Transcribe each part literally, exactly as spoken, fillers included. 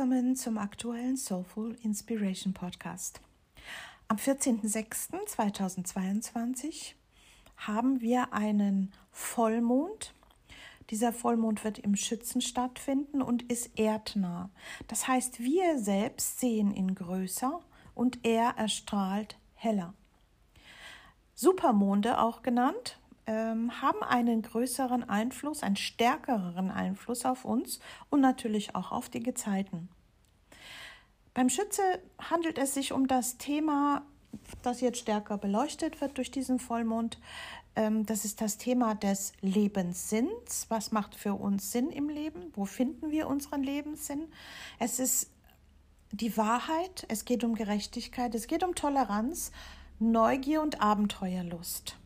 willkommen zum aktuellen Soulful Inspiration Podcast. Am vierzehnten sechsten zweitausendzweiundzwanzig haben wir einen Vollmond. Dieser Vollmond wird im Schützen stattfinden und ist erdnah. Das heißt, wir selbst sehen ihn größer und er erstrahlt heller. Supermonde, auch genannt, ähm, haben einen größeren Einfluss, einen stärkeren Einfluss auf uns und natürlich auch auf die Gezeiten. Beim Schütze handelt es sich um das Thema, das jetzt stärker beleuchtet wird durch diesen Vollmond. Ähm, das ist das Thema des Lebenssinns. Was macht für uns Sinn im Leben? Wo finden wir unseren Lebenssinn? Es ist die Wahrheit, es geht um Gerechtigkeit, es geht um Toleranz, Neugier und Abenteuerlust.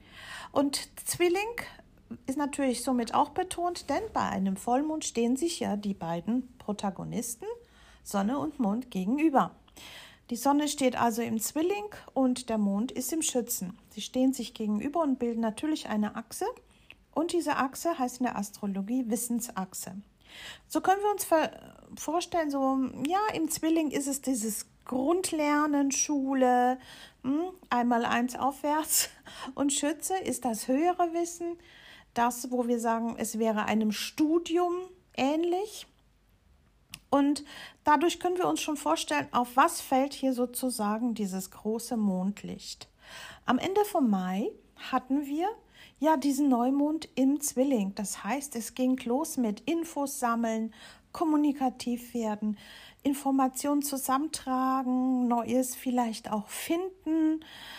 Und Zwilling ist natürlich somit auch betont, denn bei einem Vollmond stehen sich ja die beiden Protagonisten, Sonne und Mond, gegenüber. Die Sonne steht also im Zwilling und der Mond ist im Schützen. Sie stehen sich gegenüber und bilden natürlich eine Achse. Und diese Achse heißt in der Astrologie Wissensachse. So können wir uns vorstellen, so ja, im Zwilling ist es dieses Grundlernen, Schule, einmal eins aufwärts. Und Schütze ist das höhere Wissen, das, wo wir sagen, es wäre einem Studium ähnlich. Und dadurch können wir uns schon vorstellen, auf was fällt hier sozusagen dieses große Mondlicht. Am Ende vom Mai hatten wir ja diesen Neumond im Zwilling. Das heißt, es ging los mit Infos sammeln, kommunikativ werden, Informationen zusammentragen, Neues vielleicht auch finden.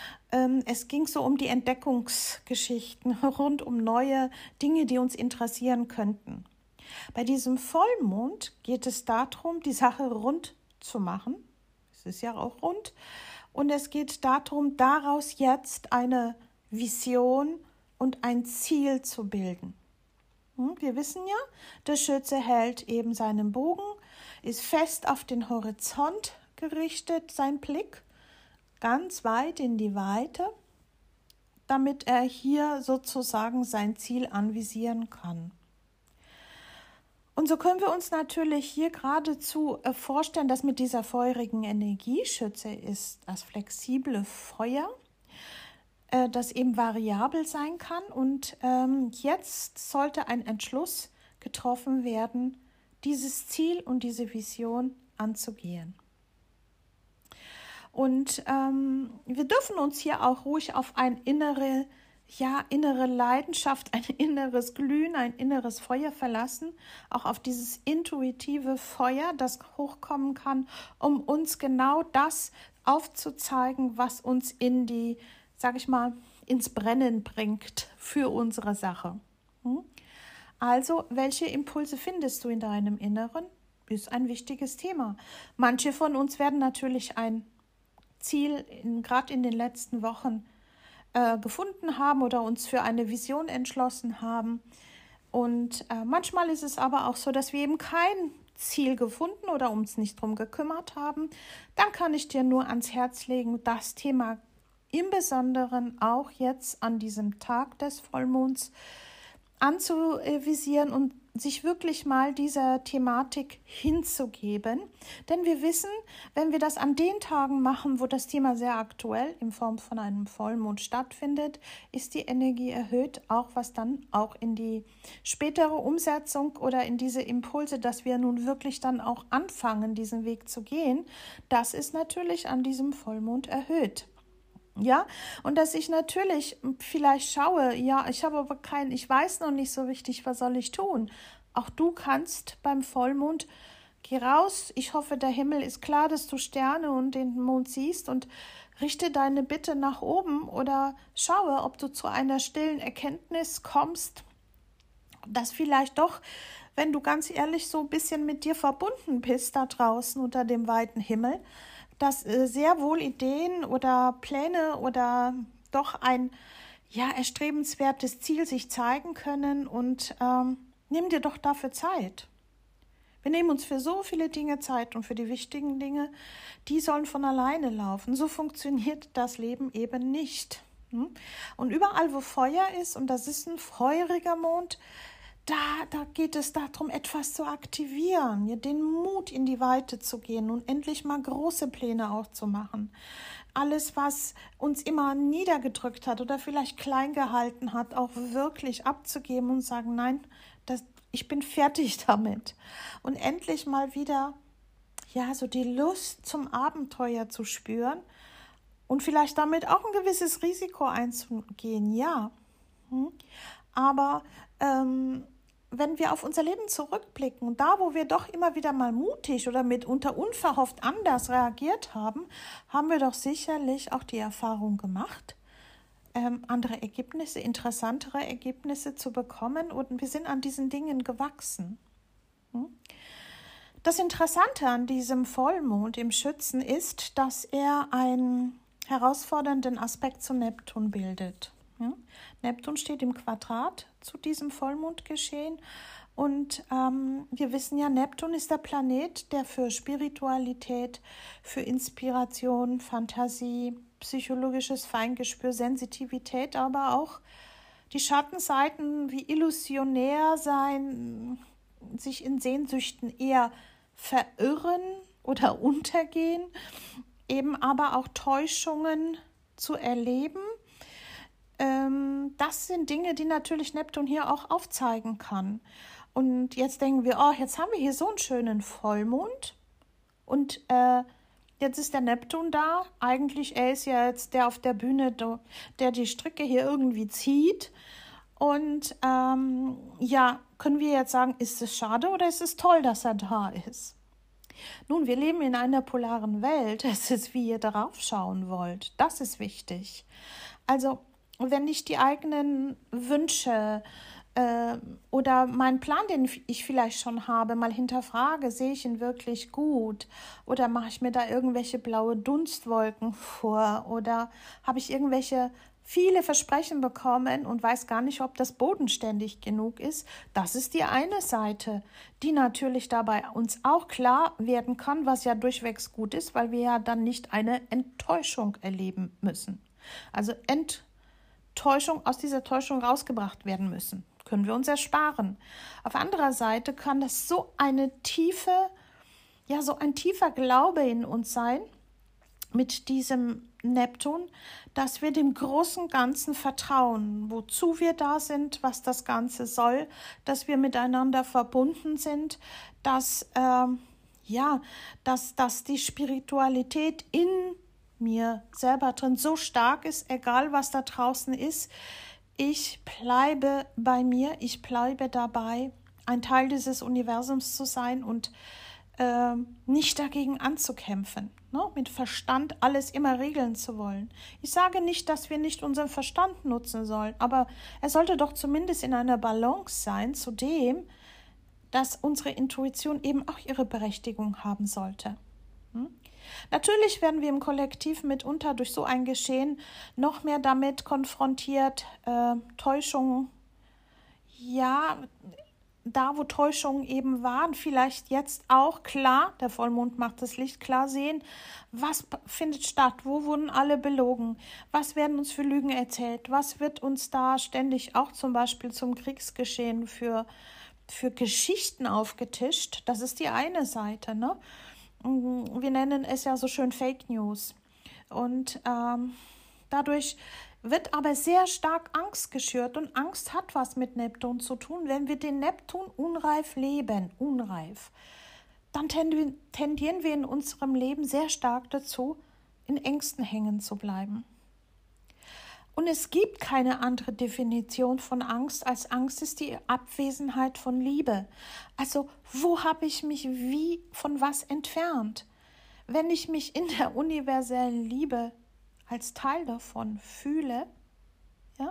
Es ging so um die Entdeckungsgeschichten rund um neue Dinge, die uns interessieren könnten. Bei diesem Vollmond geht es darum, die Sache rund zu machen. Es ist ja auch rund. Und es geht darum, daraus jetzt eine Vision und ein Ziel zu bilden. Wir wissen ja, der Schütze hält eben seinen Bogen, ist fest auf den Horizont gerichtet, sein Blick ganz weit in die Weite, damit er hier sozusagen sein Ziel anvisieren kann. Und so können wir uns natürlich hier geradezu vorstellen, dass mit dieser feurigen Energie, Schütze ist das flexible Feuer, das eben variabel sein kann. Und ähm, jetzt sollte ein Entschluss getroffen werden, dieses Ziel und diese Vision anzugehen. Und ähm, wir dürfen uns hier auch ruhig auf eine innere, ja, innere Leidenschaft, ein inneres Glühen, ein inneres Feuer verlassen, auch auf dieses intuitive Feuer, das hochkommen kann, um uns genau das aufzuzeigen, was uns in die, sag ich mal, ins Brennen bringt für unsere Sache. Also, welche Impulse findest du in deinem Inneren? Ist ein wichtiges Thema. Manche von uns werden natürlich ein Ziel gerade in den letzten Wochen äh, gefunden haben oder uns für eine Vision entschlossen haben. Und äh, manchmal ist es aber auch so, dass wir eben kein Ziel gefunden oder uns nicht drum gekümmert haben. Dann kann ich dir nur ans Herz legen, das Thema im Besonderen auch jetzt an diesem Tag des Vollmonds anzuvisieren und sich wirklich mal dieser Thematik hinzugeben. Denn wir wissen, wenn wir das an den Tagen machen, wo das Thema sehr aktuell in Form von einem Vollmond stattfindet, ist die Energie erhöht, auch was dann auch in die spätere Umsetzung oder in diese Impulse, dass wir nun wirklich dann auch anfangen, diesen Weg zu gehen, das ist natürlich an diesem Vollmond erhöht. Ja, und dass ich natürlich vielleicht schaue, ja, ich habe aber keinen, ich weiß noch nicht so richtig, was soll ich tun. Auch du kannst beim Vollmond, geh raus, ich hoffe, der Himmel ist klar, dass du Sterne und den Mond siehst und richte deine Bitte nach oben oder schaue, ob du zu einer stillen Erkenntnis kommst, dass vielleicht doch, wenn du ganz ehrlich so ein bisschen mit dir verbunden bist da draußen unter dem weiten Himmel, dass äh, sehr wohl Ideen oder Pläne oder doch ein ja, erstrebenswertes Ziel sich zeigen können und ähm, nimm dir doch dafür Zeit. Wir nehmen uns für so viele Dinge Zeit und für die wichtigen Dinge, die sollen von alleine laufen. So funktioniert das Leben eben nicht. Und überall, wo Feuer ist, und das ist ein feuriger Mond, da, da geht es darum, etwas zu aktivieren, ja, den Mut in die Weite zu gehen und endlich mal große Pläne auch zu machen. Alles, was uns immer niedergedrückt hat oder vielleicht klein gehalten hat, auch wirklich abzugeben und sagen, nein, das, ich bin fertig damit. Und endlich mal wieder, ja, so die Lust zum Abenteuer zu spüren und vielleicht damit auch ein gewisses Risiko einzugehen, ja. Hm? Aber ähm, wenn wir auf unser Leben zurückblicken, da wo wir doch immer wieder mal mutig oder mitunter unverhofft anders reagiert haben, haben wir doch sicherlich auch die Erfahrung gemacht, ähm, andere Ergebnisse, interessantere Ergebnisse zu bekommen, und wir sind an diesen Dingen gewachsen. Hm? Das Interessante an diesem Vollmond im Schützen ist, dass er einen herausfordernden Aspekt zu Neptun bildet. Ja? Neptun steht im Quadrat zu diesem Vollmondgeschehen, und ähm, wir wissen ja, Neptun ist der Planet, der für Spiritualität, für Inspiration, Fantasie, psychologisches Feingespür, Sensitivität, aber auch die Schattenseiten wie illusionär sein, sich in Sehnsüchten eher verirren oder untergehen, eben aber auch Täuschungen zu erleben. Ähm, das sind Dinge, die natürlich Neptun hier auch aufzeigen kann. Und jetzt denken wir, oh, jetzt haben wir hier so einen schönen Vollmond und äh, jetzt ist der Neptun da. Eigentlich, er ist ja jetzt der auf der Bühne, der die Stricke hier irgendwie zieht. Und ähm, ja, können wir jetzt sagen, ist es schade oder ist es toll, dass er da ist? Nun, wir leben in einer polaren Welt. Es ist, wie ihr darauf schauen wollt. Das ist wichtig. Also, wenn ich die eigenen Wünsche äh, oder meinen Plan, den ich vielleicht schon habe, mal hinterfrage, sehe ich ihn wirklich gut? Oder mache ich mir da irgendwelche blaue Dunstwolken vor? Oder habe ich irgendwelche viele Versprechen bekommen und weiß gar nicht, ob das bodenständig genug ist? Das ist die eine Seite, die natürlich dabei uns auch klar werden kann, was ja durchwegs gut ist, weil wir ja dann nicht eine Enttäuschung erleben müssen. Also Enttäuschung, aus dieser Täuschung rausgebracht werden müssen. Können wir uns ersparen. Auf anderer Seite kann das so eine tiefe, ja, so ein tiefer Glaube in uns sein, mit diesem Neptun, dass wir dem großen Ganzen vertrauen, wozu wir da sind, was das Ganze soll, dass wir miteinander verbunden sind, dass, ähm, ja, dass, dass die Spiritualität in mir selber drin so stark ist, egal was da draußen ist. Ich bleibe bei mir, ich bleibe dabei, ein Teil dieses Universums zu sein und äh, nicht dagegen anzukämpfen, ne? Mit Verstand alles immer regeln zu wollen. Ich sage nicht, dass wir nicht unseren Verstand nutzen sollen, aber er sollte doch zumindest in einer Balance sein zu dem, dass unsere Intuition eben auch ihre Berechtigung haben sollte. Hm? Natürlich werden wir im Kollektiv mitunter durch so ein Geschehen noch mehr damit konfrontiert, äh, Täuschungen, ja, da wo Täuschungen eben waren, vielleicht jetzt auch klar, der Vollmond macht das Licht klar sehen, was findet statt, wo wurden alle belogen, was werden uns für Lügen erzählt, was wird uns da ständig auch zum Beispiel zum Kriegsgeschehen für, für Geschichten aufgetischt. Das ist die eine Seite, ne? Wir nennen es ja so schön Fake News. Und ähm, dadurch wird aber sehr stark Angst geschürt. Und Angst hat was mit Neptun zu tun. Wenn wir den Neptun unreif leben, unreif, dann tendieren wir in unserem Leben sehr stark dazu, in Ängsten hängen zu bleiben. Und es gibt keine andere Definition von Angst, als Angst ist die Abwesenheit von Liebe. Also wo habe ich mich wie von was entfernt? Wenn ich mich in der universellen Liebe als Teil davon fühle, ja,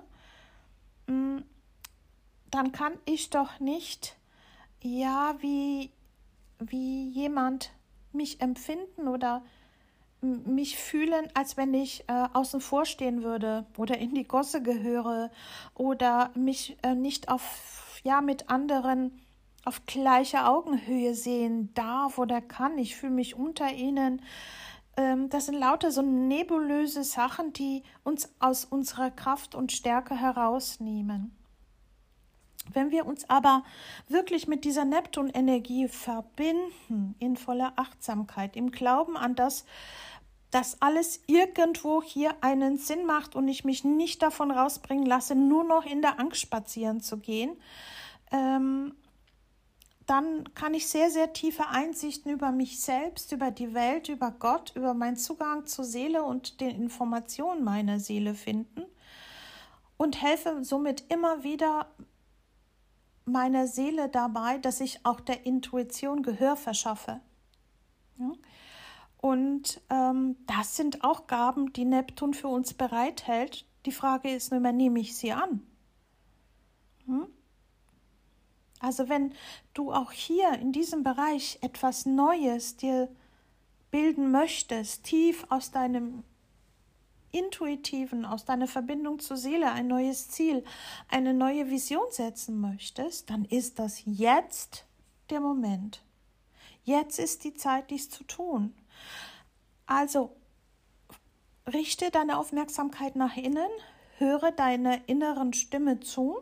dann kann ich doch nicht, ja, wie, wie jemand mich empfinden oder mich fühlen, als wenn ich äh, außen vor stehen würde oder in die Gosse gehöre oder mich äh, nicht auf, ja, mit anderen auf gleicher Augenhöhe sehen darf oder kann. Ich fühle mich unter ihnen. Ähm, das sind lauter so nebulöse Sachen, die uns aus unserer Kraft und Stärke herausnehmen. Wenn wir uns aber wirklich mit dieser Neptun-Energie verbinden, in voller Achtsamkeit, im Glauben an das, dass alles irgendwo hier einen Sinn macht und ich mich nicht davon rausbringen lasse, nur noch in der Angst spazieren zu gehen, ähm, dann kann ich sehr, sehr tiefe Einsichten über mich selbst, über die Welt, über Gott, über meinen Zugang zur Seele und den Informationen meiner Seele finden und helfe somit immer wieder meiner Seele dabei, dass ich auch der Intuition Gehör verschaffe. Ja? Und ähm, das sind auch Gaben, die Neptun für uns bereithält. Die Frage ist nur, nehme ich sie an? Hm? Also wenn du auch hier in diesem Bereich etwas Neues dir bilden möchtest, tief aus deinem Intuitiven, aus deiner Verbindung zur Seele, ein neues Ziel, eine neue Vision setzen möchtest, dann ist das jetzt der Moment. Jetzt ist die Zeit, dies zu tun. Also richte deine Aufmerksamkeit nach innen, höre deiner inneren Stimme zu,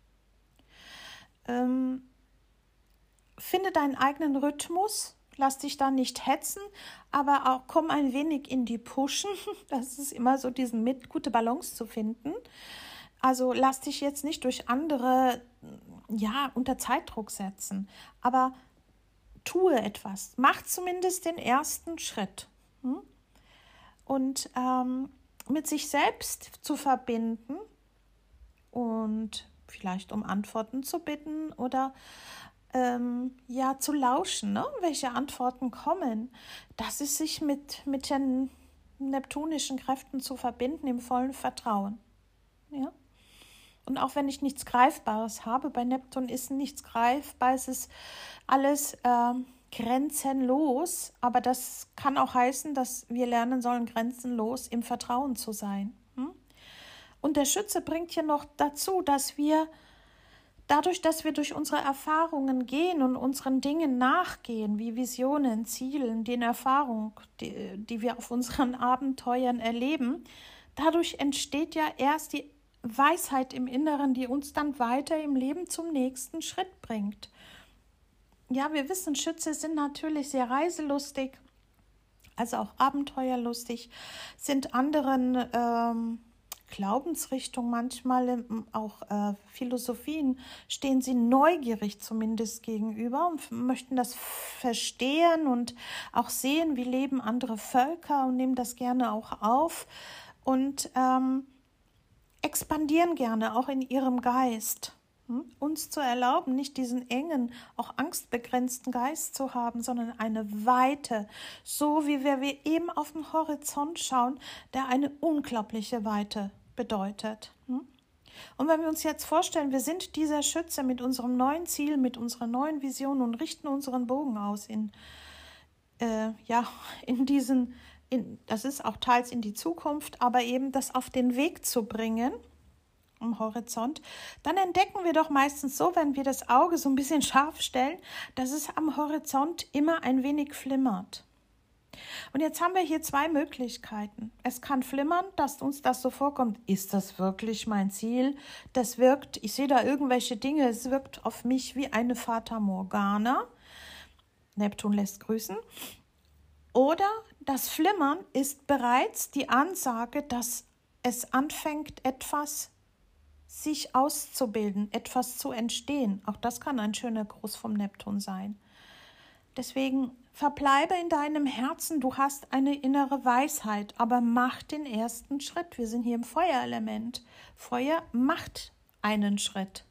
ähm, finde deinen eigenen Rhythmus, lass dich da nicht hetzen, aber auch komm ein wenig in die Pushen. Das ist immer so, diesen mit gute Balance zu finden. Also lass dich jetzt nicht durch andere ja, unter Zeitdruck setzen, aber tue etwas. Mach zumindest den ersten Schritt. Hm? Und ähm, mit sich selbst zu verbinden und vielleicht um Antworten zu bitten oder ähm, ja zu lauschen, ne? Welche Antworten kommen. Das ist sich mit, mit den neptunischen Kräften zu verbinden im vollen Vertrauen. Ja? Und auch wenn ich nichts Greifbares habe, bei Neptun ist nichts greifbar, es ist alles ähm, grenzenlos, aber das kann auch heißen, dass wir lernen sollen, grenzenlos im Vertrauen zu sein. Hm? Und der Schütze bringt hier noch dazu, dass wir dadurch, dass wir durch unsere Erfahrungen gehen und unseren Dingen nachgehen, wie Visionen, Zielen, den Erfahrungen, die, die wir auf unseren Abenteuern erleben, dadurch entsteht ja erst die Weisheit im Inneren, die uns dann weiter im Leben zum nächsten Schritt bringt. Ja, wir wissen, Schütze sind natürlich sehr reiselustig, also auch abenteuerlustig, sind anderen ähm, Glaubensrichtungen, manchmal auch äh, Philosophien, stehen sie neugierig zumindest gegenüber und möchten das verstehen und auch sehen, wie leben andere Völker und nehmen das gerne auch auf und ähm, expandieren gerne auch in ihrem Geist. Uns zu erlauben, nicht diesen engen, auch angstbegrenzten Geist zu haben, sondern eine Weite, so wie wir, wir eben auf den Horizont schauen, der eine unglaubliche Weite bedeutet. Und wenn wir uns jetzt vorstellen, wir sind dieser Schütze mit unserem neuen Ziel, mit unserer neuen Vision und richten unseren Bogen aus in, äh, ja, in diesen, in, das ist auch teils in die Zukunft, aber eben das auf den Weg zu bringen, am Horizont, dann entdecken wir doch meistens so, wenn wir das Auge so ein bisschen scharf stellen, dass es am Horizont immer ein wenig flimmert. Und jetzt haben wir hier zwei Möglichkeiten. Es kann flimmern, dass uns das so vorkommt, ist das wirklich mein Ziel? Das wirkt, ich sehe da irgendwelche Dinge, es wirkt auf mich wie eine Fata Morgana. Neptun lässt grüßen. Oder das Flimmern ist bereits die Ansage, dass es anfängt, etwas sich auszubilden, etwas zu entstehen. Auch das kann ein schöner Gruß vom Neptun sein. Deswegen verbleibe in deinem Herzen, du hast eine innere Weisheit, aber mach den ersten Schritt. Wir sind hier im Feuerelement. Feuer macht einen Schritt.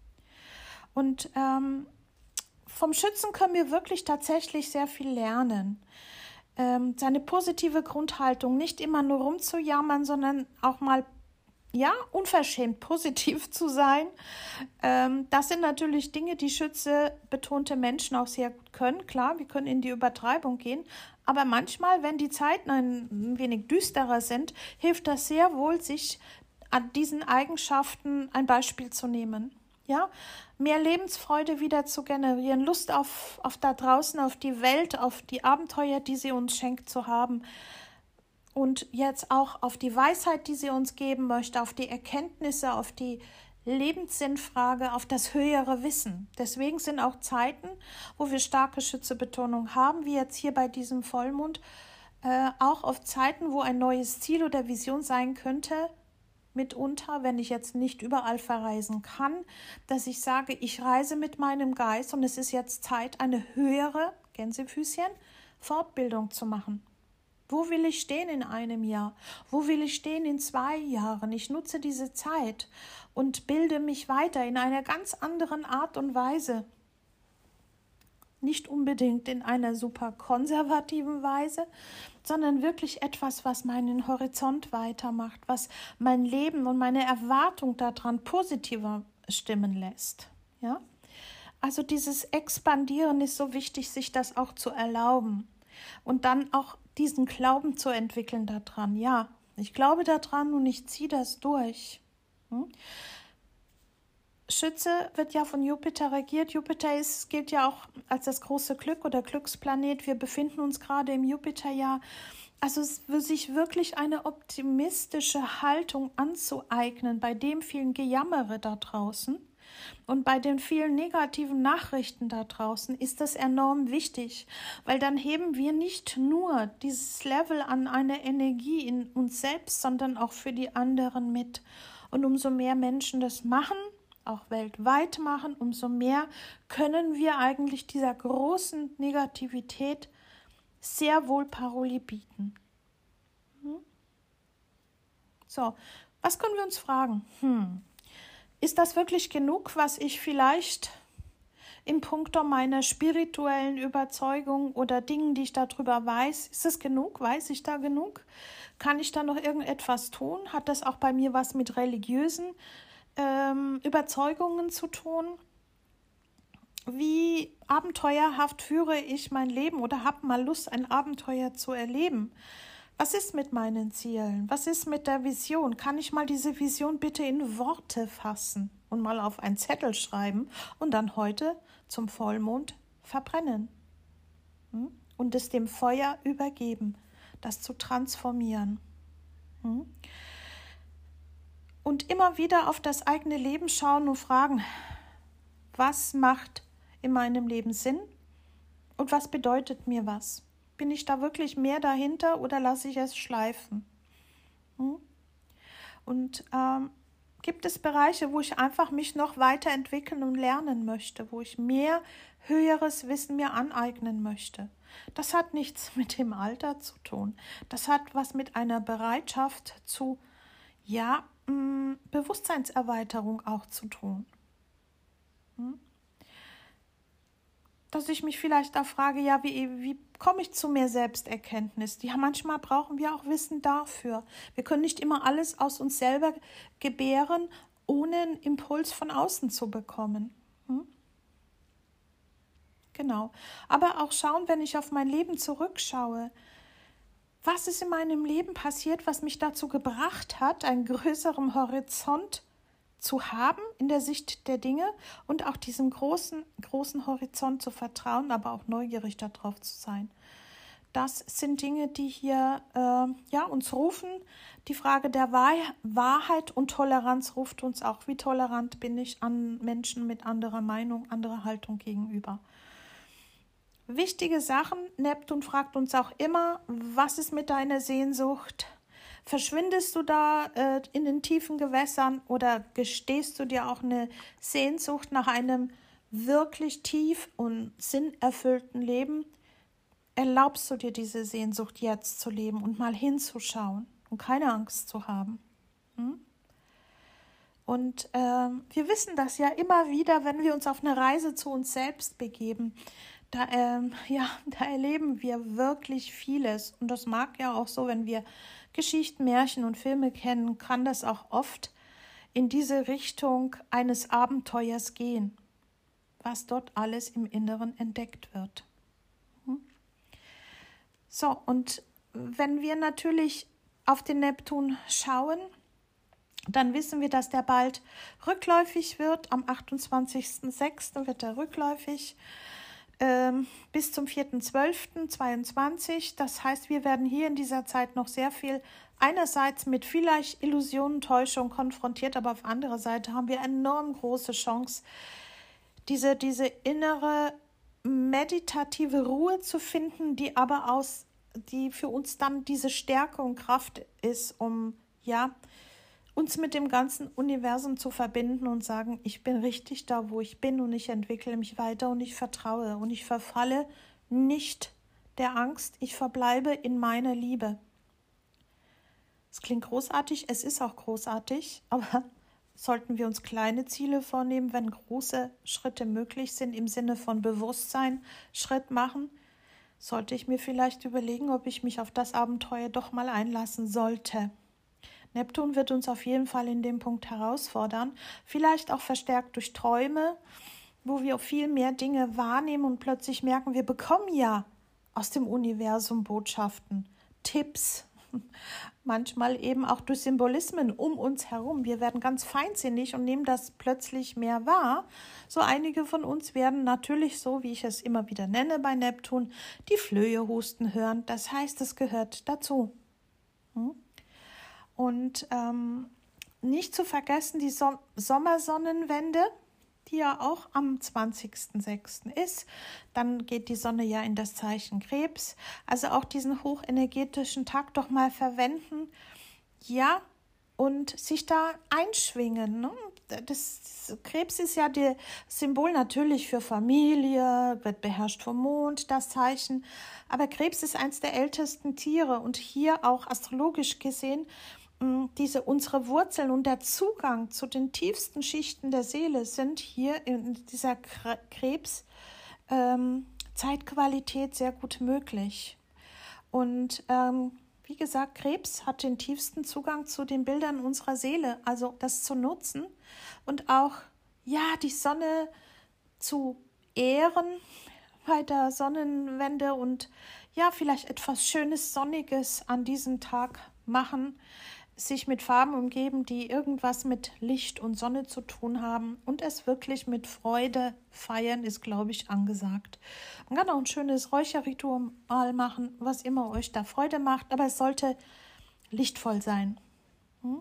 Und ähm, vom Schützen können wir wirklich tatsächlich sehr viel lernen. Ähm, seine positive Grundhaltung, nicht immer nur rumzujammern, sondern auch mal ja, unverschämt positiv zu sein. Ähm, das sind natürlich Dinge, die Schütze betonte Menschen auch sehr gut können. Klar, wir können in die Übertreibung gehen, aber manchmal, wenn die Zeiten ein wenig düsterer sind, hilft das sehr wohl, sich an diesen Eigenschaften ein Beispiel zu nehmen. Ja, mehr Lebensfreude wieder zu generieren, Lust auf, auf da draußen, auf die Welt, auf die Abenteuer, die sie uns schenkt, zu haben. Und jetzt auch auf die Weisheit, die sie uns geben möchte, auf die Erkenntnisse, auf die Lebenssinnfrage auf das höhere Wissen. Deswegen sind auch Zeiten, wo wir starke Schütze-Betonung haben, wie jetzt hier bei diesem Vollmond, äh, auch auf Zeiten, wo ein neues Ziel oder Vision sein könnte, mitunter, wenn ich jetzt nicht überall verreisen kann, dass ich sage, ich reise mit meinem Geist und es ist jetzt Zeit, eine höhere, Gänsefüßchen, Fortbildung zu machen. Wo will ich stehen in einem Jahr? Wo will ich stehen in zwei Jahren? Ich nutze diese Zeit und bilde mich weiter in einer ganz anderen Art und Weise. Nicht unbedingt in einer super konservativen Weise, sondern wirklich etwas, was meinen Horizont weitermacht, was mein Leben und meine Erwartung daran positiver stimmen lässt. Ja? Also dieses Expandieren ist so wichtig, sich das auch zu erlauben und dann auch diesen Glauben zu entwickeln daran. Ja, ich glaube daran und ich ziehe das durch. Hm? Schütze wird ja von Jupiter regiert. Jupiter ist, gilt ja auch als das große Glück oder Glücksplanet. Wir befinden uns gerade im Jupiterjahr. Also sich wirklich eine optimistische Haltung anzueignen bei dem vielen Gejammere da draußen und bei den vielen negativen Nachrichten da draußen ist das enorm wichtig, weil dann heben wir nicht nur dieses Level an einer Energie in uns selbst, sondern auch für die anderen mit. Und umso mehr Menschen das machen, auch weltweit machen, umso mehr können wir eigentlich dieser großen Negativität sehr wohl Paroli bieten. Hm? So, was können wir uns fragen? Hm. Ist das wirklich genug, was ich vielleicht in puncto meiner spirituellen Überzeugung oder Dingen, die ich darüber weiß, ist es genug? Weiß ich da genug? Kann ich da noch irgendetwas tun? Hat das auch bei mir was mit religiösen ähm, Überzeugungen zu tun? Wie abenteuerhaft führe ich mein Leben oder habe mal Lust, ein Abenteuer zu erleben? Was ist mit meinen Zielen? Was ist mit der Vision? Kann ich mal diese Vision bitte in Worte fassen und mal auf einen Zettel schreiben und dann heute zum Vollmond verbrennen? Hm? Und es dem Feuer übergeben, das zu transformieren. Hm? Und immer wieder auf das eigene Leben schauen und fragen, was macht in meinem Leben Sinn und was bedeutet mir was? Bin ich da wirklich mehr dahinter oder lasse ich es schleifen? Hm? Und ähm, gibt es Bereiche, wo ich einfach mich noch weiterentwickeln und lernen möchte, wo ich mehr höheres Wissen mir aneignen möchte? Das hat nichts mit dem Alter zu tun. Das hat was mit einer Bereitschaft zu, ja, mh, Bewusstseinserweiterung auch zu tun. Hm? Dass ich mich vielleicht auch frage, ja, wie, wie komme ich zu mehr Selbsterkenntnis? Ja, manchmal brauchen wir auch Wissen dafür. Wir können nicht immer alles aus uns selber gebären, ohne einen Impuls von außen zu bekommen. Hm? Genau. Aber auch schauen, wenn ich auf mein Leben zurückschaue, was ist in meinem Leben passiert, was mich dazu gebracht hat, einen größeren Horizont zu haben in der Sicht der Dinge und auch diesem großen, großen Horizont zu vertrauen, aber auch neugierig darauf zu sein. Das sind Dinge, die hier äh, ja, uns rufen. Die Frage der Wahr- Wahrheit und Toleranz ruft uns auch. Wie tolerant bin ich an Menschen mit anderer Meinung, anderer Haltung gegenüber? Wichtige Sachen. Neptun fragt uns auch immer, was ist mit deiner Sehnsucht? Verschwindest du da äh, in den tiefen Gewässern oder gestehst du dir auch eine Sehnsucht nach einem wirklich tief und sinnerfüllten Leben? Erlaubst du dir diese Sehnsucht jetzt zu leben und mal hinzuschauen und keine Angst zu haben? Hm? Und äh, wir wissen das ja immer wieder, wenn wir uns auf eine Reise zu uns selbst begeben. Da, äh, ja, da erleben wir wirklich vieles. Und das mag ja auch so, wenn wir Geschichten, Märchen und Filme kennen, kann das auch oft in diese Richtung eines Abenteuers gehen, was dort alles im Inneren entdeckt wird. Hm? So, und wenn wir natürlich auf den Neptun schauen, dann wissen wir, dass der bald rückläufig wird. Am achtundzwanzigsten sechsten wird er rückläufig. ähm, bis zum vierten zwölften zweiundzwanzig. Das heißt, wir werden hier in dieser Zeit noch sehr viel einerseits mit vielleicht Illusionen, Täuschung konfrontiert, aber auf anderer Seite haben wir enorm große Chance, diese, diese innere meditative Ruhe zu finden, die aber aus, die für uns dann diese Stärke und Kraft ist, um ja uns mit dem ganzen Universum zu verbinden und sagen, ich bin richtig da, wo ich bin und ich entwickle mich weiter und ich vertraue und ich verfalle nicht der Angst, ich verbleibe in meiner Liebe. Es klingt großartig, es ist auch großartig, aber sollten wir uns kleine Ziele vornehmen, wenn große Schritte möglich sind, im Sinne von Bewusstsein Schritt machen, sollte ich mir vielleicht überlegen, ob ich mich auf das Abenteuer doch mal einlassen sollte. Neptun wird uns auf jeden Fall in dem Punkt herausfordern, vielleicht auch verstärkt durch Träume, wo wir viel mehr Dinge wahrnehmen und plötzlich merken, wir bekommen ja aus dem Universum Botschaften, Tipps, manchmal eben auch durch Symbolismen um uns herum. Wir werden ganz feinsinnig und nehmen das plötzlich mehr wahr. So einige von uns werden natürlich, so wie ich es immer wieder nenne bei Neptun, die Flöhe husten hören. Das heißt, es gehört dazu. Hm? Und ähm, nicht zu vergessen die Som- Sommersonnenwende, die ja auch am zwanzigsten sechsten ist. Dann geht die Sonne ja in das Zeichen Krebs. Also auch diesen hochenergetischen Tag doch mal verwenden, ja, und sich da einschwingen. Ne? Das Krebs ist ja das Symbol natürlich für Familie, wird beherrscht vom Mond, das Zeichen. Aber Krebs ist eins der ältesten Tiere und hier auch astrologisch gesehen, diese unsere Wurzeln und der Zugang zu den tiefsten Schichten der Seele sind hier in dieser Krebs-Zeitqualität ähm, sehr gut möglich. Und ähm, wie gesagt, Krebs hat den tiefsten Zugang zu den Bildern unserer Seele, also das zu nutzen und auch ja die Sonne zu ehren bei der Sonnenwende und ja vielleicht etwas Schönes, Sonniges an diesem Tag machen, sich mit Farben umgeben, die irgendwas mit Licht und Sonne zu tun haben und es wirklich mit Freude feiern, ist, glaube ich, angesagt. Man kann auch ein schönes Räucherritual machen, was immer euch da Freude macht, aber es sollte lichtvoll sein. Hm?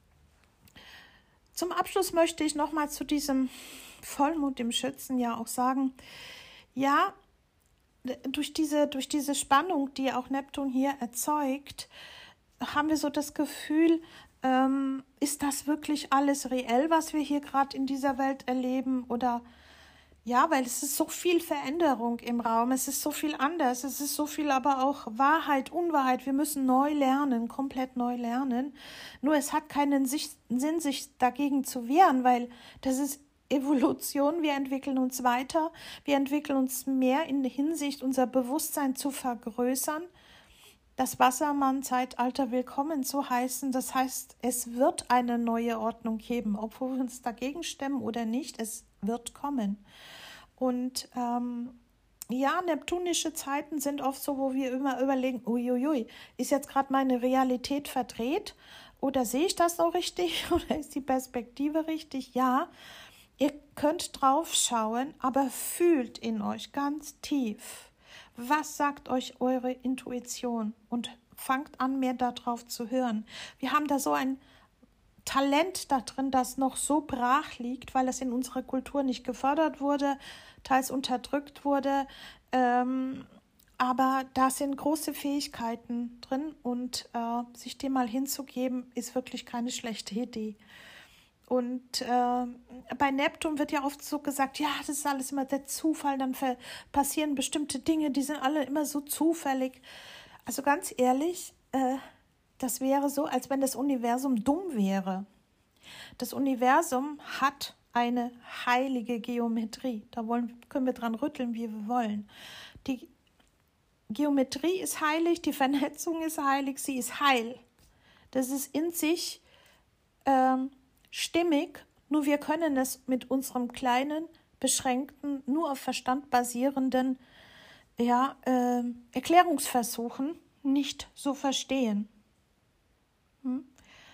Zum Abschluss möchte ich nochmal zu diesem Vollmond im Schützenjahr auch sagen, ja, durch diese, durch diese Spannung, die auch Neptun hier erzeugt, haben wir so das Gefühl, ähm, ist das wirklich alles reell, was wir hier gerade in dieser Welt erleben? Oder ja, weil es ist so viel Veränderung im Raum, es ist so viel anders, es ist so viel aber auch Wahrheit, Unwahrheit. Wir müssen neu lernen, komplett neu lernen. Nur es hat keinen Sinn, sich dagegen zu wehren, weil das ist Evolution, wir entwickeln uns weiter, wir entwickeln uns mehr in der Hinsicht, unser Bewusstsein zu vergrößern. Das Wassermann-Zeitalter willkommen zu heißen, das heißt, es wird eine neue Ordnung geben, ob wir uns dagegen stemmen oder nicht, es wird kommen. Und ähm, ja, neptunische Zeiten sind oft so, wo wir immer überlegen, uiuiui, ist jetzt gerade meine Realität verdreht oder sehe ich das auch richtig oder ist die Perspektive richtig? Ja, ihr könnt drauf schauen, aber fühlt in euch ganz tief. Was sagt euch eure Intuition? Und fangt an, mehr darauf zu hören. Wir haben da so ein Talent da drin, das noch so brach liegt, weil es in unserer Kultur nicht gefördert wurde, teils unterdrückt wurde. Ähm, aber da sind große Fähigkeiten drin und äh, sich dem mal hinzugeben, ist wirklich keine schlechte Idee. Und äh, bei Neptun wird ja oft so gesagt, ja, das ist alles immer der Zufall, dann passieren bestimmte Dinge, die sind alle immer so zufällig. Also ganz ehrlich, äh, das wäre so, als wenn das Universum dumm wäre. Das Universum hat eine heilige Geometrie. Da wollen, können wir dran rütteln, wie wir wollen. Die Geometrie ist heilig, die Vernetzung ist heilig, sie ist heil. Das ist in sich ähm, stimmig, nur wir können es mit unserem kleinen, beschränkten, nur auf Verstand basierenden ja, äh, Erklärungsversuchen nicht so verstehen. Hm?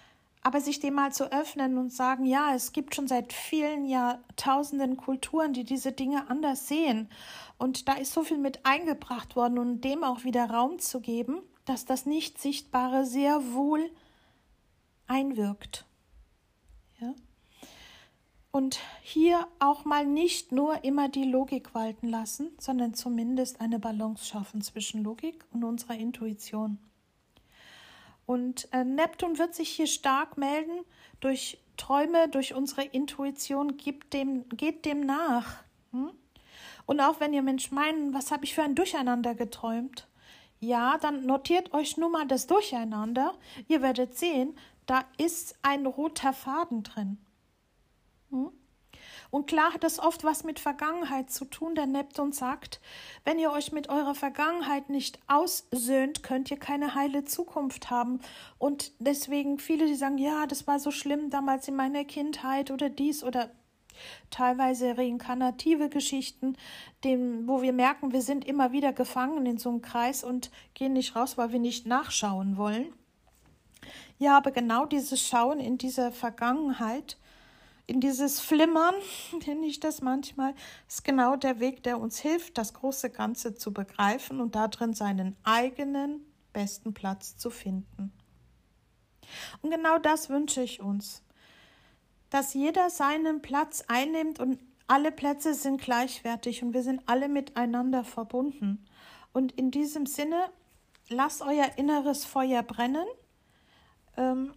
Aber sich dem mal zu öffnen und sagen, ja, es gibt schon seit vielen Jahrtausenden Kulturen, die diese Dinge anders sehen. Und da ist so viel mit eingebracht worden und dem auch wieder Raum zu geben, dass das Nicht-Sichtbare sehr wohl einwirkt. Ja? Und hier auch mal nicht nur immer die Logik walten lassen, sondern zumindest eine Balance schaffen zwischen Logik und unserer Intuition. Und äh, Neptun wird sich hier stark melden durch Träume, durch unsere Intuition, gibt dem, geht dem nach. Hm? Und auch wenn ihr Mensch meinen, was habe ich für ein Durcheinander geträumt? Ja, dann notiert euch nur mal das Durcheinander. Ihr werdet sehen, da ist ein roter Faden drin. Hm? Und klar hat das oft was mit Vergangenheit zu tun. Der Neptun sagt, wenn ihr euch mit eurer Vergangenheit nicht aussöhnt, könnt ihr keine heile Zukunft haben. Und deswegen viele, die sagen, ja, das war so schlimm damals in meiner Kindheit oder dies oder teilweise reinkarnative Geschichten, dem, wo wir merken, wir sind immer wieder gefangen in so einem Kreis und gehen nicht raus, weil wir nicht nachschauen wollen. Ja, aber genau dieses Schauen in dieser Vergangenheit, in dieses Flimmern, nenne ich das manchmal, ist genau der Weg, der uns hilft, das große Ganze zu begreifen und darin seinen eigenen besten Platz zu finden. Und genau das wünsche ich uns, dass jeder seinen Platz einnimmt und alle Plätze sind gleichwertig und wir sind alle miteinander verbunden. Und in diesem Sinne, lasst euer inneres Feuer brennen, ähm,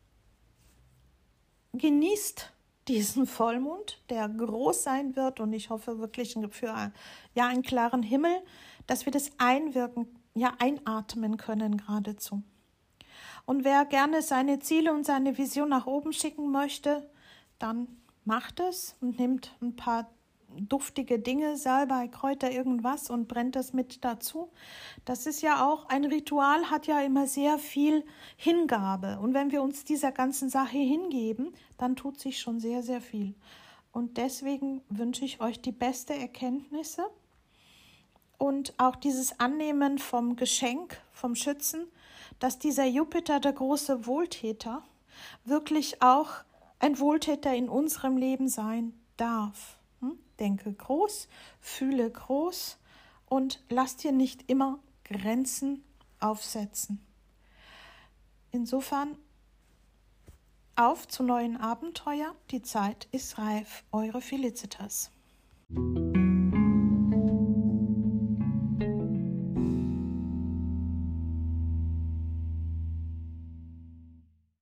genießt diesen Vollmond, der groß sein wird und ich hoffe wirklich für ja, einen klaren Himmel, dass wir das einwirken, ja einatmen können geradezu. Und wer gerne seine Ziele und seine Vision nach oben schicken möchte, dann macht es und nimmt ein paar duftige Dinge, Salbei, Kräuter, irgendwas und brennt es mit dazu. Das ist ja auch, ein Ritual hat ja immer sehr viel Hingabe. Und wenn wir uns dieser ganzen Sache hingeben, dann tut sich schon sehr, sehr viel. Und deswegen wünsche ich euch die beste Erkenntnisse und auch dieses Annehmen vom Geschenk, vom Schützen, dass dieser Jupiter, der große Wohltäter, wirklich auch ein Wohltäter in unserem Leben sein darf. Denke groß, fühle groß und lass dir nicht immer Grenzen aufsetzen. Insofern auf zu neuen Abenteuer. Die Zeit ist reif. Eure Felicitas.